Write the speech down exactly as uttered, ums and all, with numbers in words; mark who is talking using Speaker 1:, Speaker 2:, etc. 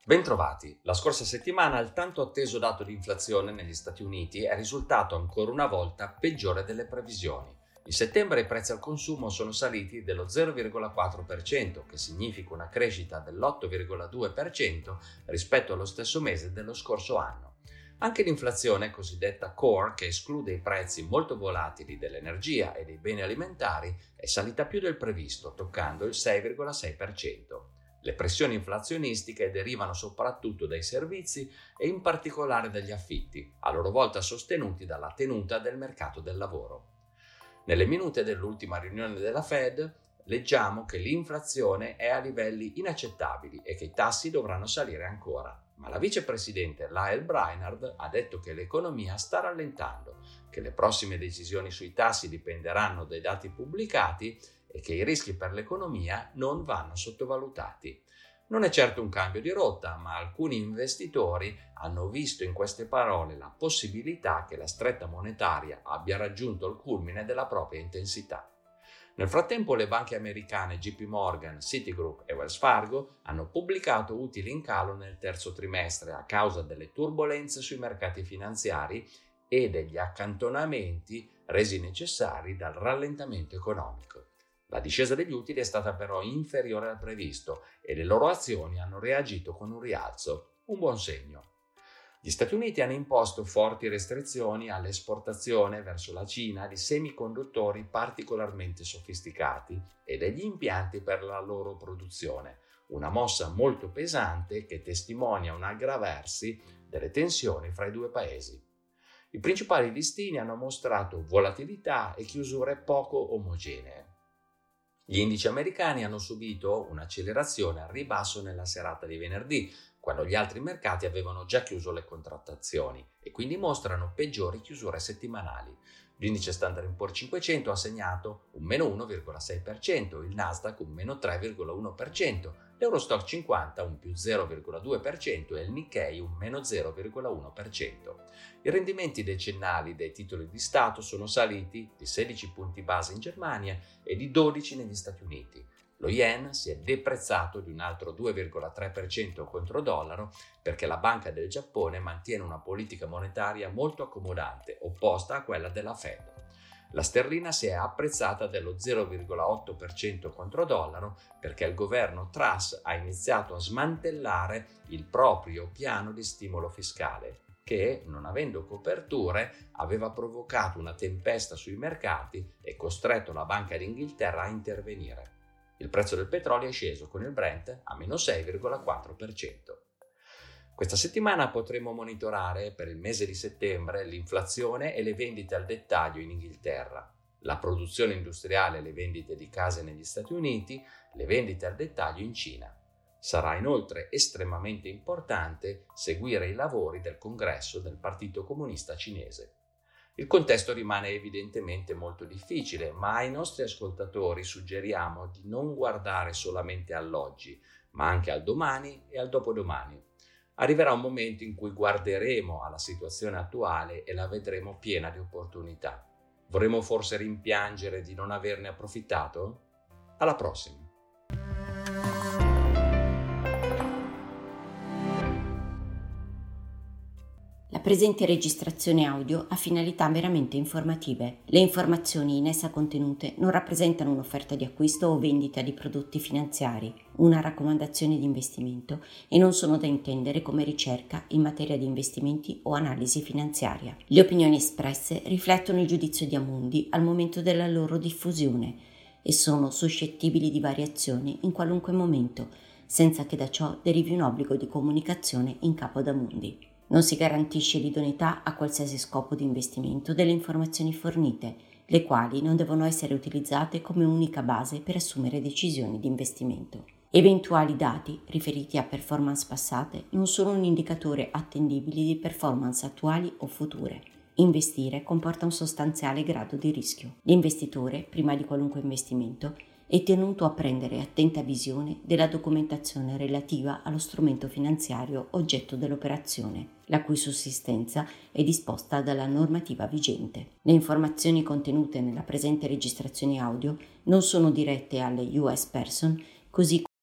Speaker 1: Bentrovati. La scorsa settimana il tanto atteso dato di inflazione negli Stati Uniti è risultato ancora una volta peggiore delle previsioni. In settembre i prezzi al consumo sono saliti dello zero virgola quattro per cento, che significa una crescita dell'otto virgola due per cento rispetto allo stesso mese dello scorso anno. Anche l'inflazione cosiddetta core, che esclude i prezzi molto volatili dell'energia e dei beni alimentari, è salita più del previsto, toccando il sei virgola sei per cento. Le pressioni inflazionistiche derivano soprattutto dai servizi e in particolare dagli affitti, a loro volta sostenuti dalla tenuta del mercato del lavoro. Nelle minute dell'ultima riunione della Fed leggiamo che l'inflazione è a livelli inaccettabili e che i tassi dovranno salire ancora. Ma la vicepresidente Lael Brainard ha detto che l'economia sta rallentando, che le prossime decisioni sui tassi dipenderanno dai dati pubblicati e che i rischi per l'economia non vanno sottovalutati. Non è certo un cambio di rotta, ma alcuni investitori hanno visto in queste parole la possibilità che la stretta monetaria abbia raggiunto il culmine della propria intensità. Nel frattempo le banche americane J P Morgan, Citigroup e Wells Fargo hanno pubblicato utili in calo nel terzo trimestre a causa delle turbolenze sui mercati finanziari e degli accantonamenti resi necessari dal rallentamento economico. La discesa degli utili è stata però inferiore al previsto e le loro azioni hanno reagito con un rialzo, un buon segno. Gli Stati Uniti hanno imposto forti restrizioni all'esportazione verso la Cina di semiconduttori particolarmente sofisticati e degli impianti per la loro produzione, una mossa molto pesante che testimonia un aggravarsi delle tensioni fra i due paesi. I principali listini hanno mostrato volatilità e chiusure poco omogenee. Gli indici americani hanno subito un'accelerazione al ribasso nella serata di venerdì, quando gli altri mercati avevano già chiuso le contrattazioni e quindi mostrano peggiori chiusure settimanali. L'indice Standard and Poor's cinquecento ha segnato un meno uno virgola sei per cento, il Nasdaq un meno tre virgola uno per cento, l'Eurostoxx cinquanta un più zero virgola due per cento e il Nikkei un meno zero virgola uno per cento. I rendimenti decennali dei titoli di Stato sono saliti di sedici punti base in Germania e di dodici negli Stati Uniti. Lo yen si è deprezzato di un altro due virgola tre per cento contro dollaro perché la Banca del Giappone mantiene una politica monetaria molto accomodante, opposta a quella della Fed. La sterlina si è apprezzata dello zero virgola otto per cento contro dollaro perché il governo Truss ha iniziato a smantellare il proprio piano di stimolo fiscale, che, non avendo coperture, aveva provocato una tempesta sui mercati e costretto la Banca d'Inghilterra a intervenire. Il prezzo del petrolio è sceso con il Brent a meno sei virgola quattro per cento. Questa settimana potremo monitorare per il mese di settembre l'inflazione e le vendite al dettaglio in Inghilterra, la produzione industriale e le vendite di case negli Stati Uniti, le vendite al dettaglio in Cina. Sarà inoltre estremamente importante seguire i lavori del congresso del Partito Comunista Cinese. Il contesto rimane evidentemente molto difficile, ma ai nostri ascoltatori suggeriamo di non guardare solamente all'oggi, ma anche al domani e al dopodomani. Arriverà un momento in cui guarderemo alla situazione attuale e la vedremo piena di opportunità. Vorremmo forse rimpiangere di non averne approfittato? Alla prossima!
Speaker 2: La presente registrazione audio ha finalità meramente informative. Le informazioni in essa contenute non rappresentano un'offerta di acquisto o vendita di prodotti finanziari, una raccomandazione di investimento e non sono da intendere come ricerca in materia di investimenti o analisi finanziaria. Le opinioni espresse riflettono il giudizio di Amundi al momento della loro diffusione e sono suscettibili di variazioni in qualunque momento, senza che da ciò derivi un obbligo di comunicazione in capo ad Amundi. Non si garantisce l'idoneità a qualsiasi scopo di investimento delle informazioni fornite, le quali non devono essere utilizzate come unica base per assumere decisioni di investimento. Eventuali dati riferiti a performance passate non sono un indicatore attendibile di performance attuali o future. Investire comporta un sostanziale grado di rischio. L'investitore, prima di qualunque investimento, è tenuto a prendere attenta visione della documentazione relativa allo strumento finanziario oggetto dell'operazione, la cui sussistenza è disposta dalla normativa vigente. Le informazioni contenute nella presente registrazione audio non sono dirette alle U S person, così